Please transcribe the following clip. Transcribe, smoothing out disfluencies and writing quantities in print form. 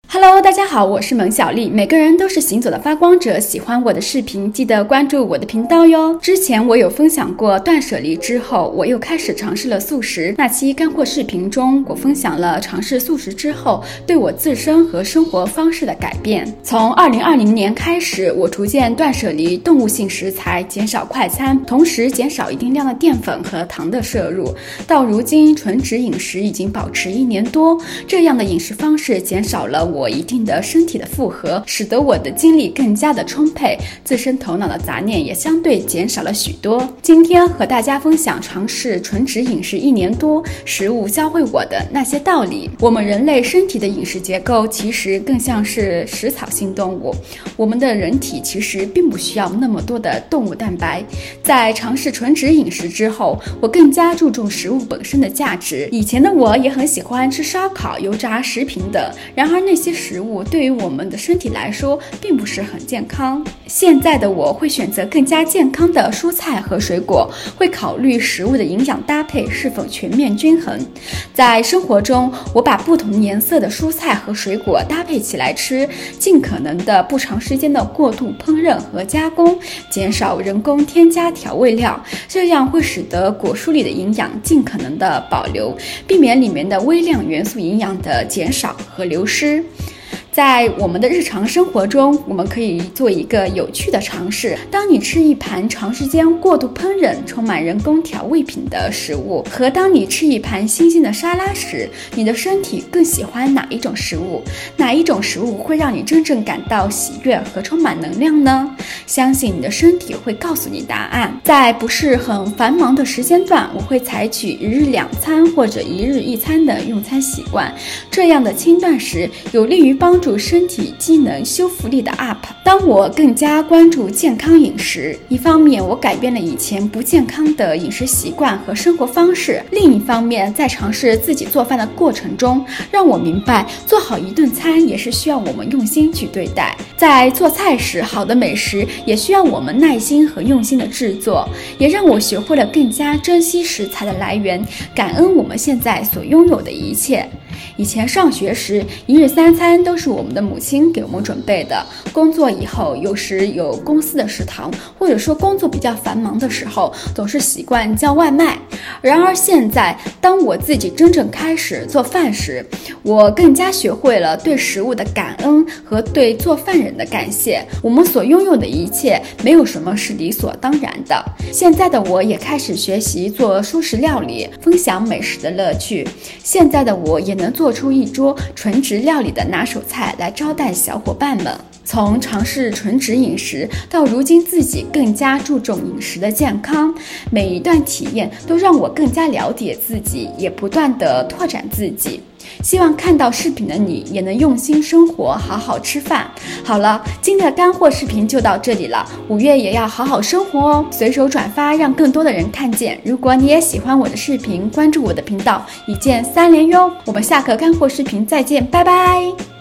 Hello， 大家好，我是萌小丽。每个人都是行走的发光者，喜欢我的视频，记得关注我的频道哟。之前我有分享过断舍离之后，我又开始尝试了素食。那期干货视频中，我分享了尝试素食之后对我自身和生活方式的改变。从2020年开始，我逐渐断舍离动物性食材，减少快餐，同时减少一定量的淀粉和糖的摄入。到如今，纯脂饮食已经保持1年多，这样的饮食方式减少了我一定的身体的负荷，使得我的精力更加的充沛，自身头脑的杂念也相对减少了许多。今天和大家分享尝试纯脂饮食1年多，食物教会我的那些道理。我们人类身体的饮食结构其实更像是食草性动物，我们的人体其实并不需要那么多的动物蛋白。在尝试纯脂饮食之后，我更加注重食物本身的价值。以前的我也很喜欢吃烧烤、油炸食品等，然而那些食物对于我们的身体来说并不是很健康。现在的我会选择更加健康的蔬菜和水果，会考虑食物的营养搭配是否全面均衡。在生活中，我把不同颜色的蔬菜和水果搭配起来吃，尽可能的不长时间的过度烹饪和加工，减少人工添加调味料，这样会使得果蔬里的营养尽可能的保留，避免里面的微量元素营养的减少和流失。在我们的日常生活中，我们可以做一个有趣的尝试。当你吃一盘长时间过度烹饪、充满人工调味品的食物，和当你吃一盘新鲜的沙拉时，你的身体更喜欢哪一种食物？哪一种食物会让你真正感到喜悦和充满能量呢？相信你的身体会告诉你答案。在不是很繁忙的时间段，我会采取1日2餐或者1日1餐的用餐习惯，这样的轻断食有利于帮助身体机能修复力的 up。 当我更加关注健康饮食，一方面我改变了以前不健康的饮食习惯和生活方式，另一方面在尝试自己做饭的过程中，让我明白做好一顿餐也是需要我们用心去对待。在做菜时，好的美食也需要我们耐心和用心的制作，也让我学会了更加珍惜食材的来源，感恩我们现在所拥有的一切。以前上学时，1日3餐都是我们的母亲给我们准备的。工作以后，有时有公司的食堂，或者说工作比较繁忙的时候，总是习惯叫外卖。然而现在，当我自己真正开始做饭时，我更加学会了对食物的感恩和对做饭人的感谢。我们所拥有的一切，没有什么是理所当然的。现在的我也开始学习做蔬食料理，分享美食的乐趣。现在的我也能做出一桌纯植料理的拿手菜来招待小伙伴们。从尝试纯植饮食到如今自己更加注重饮食的健康，每一段体验都让我更加了解自己，也不断地拓展自己。希望看到视频的你也能用心生活，好好吃饭。好了，今天的干货视频就到这里了，5月也要好好生活哦，随手转发让更多的人看见。如果你也喜欢我的视频，关注我的频道，一键3连哟。我们下个干货视频再见，拜拜。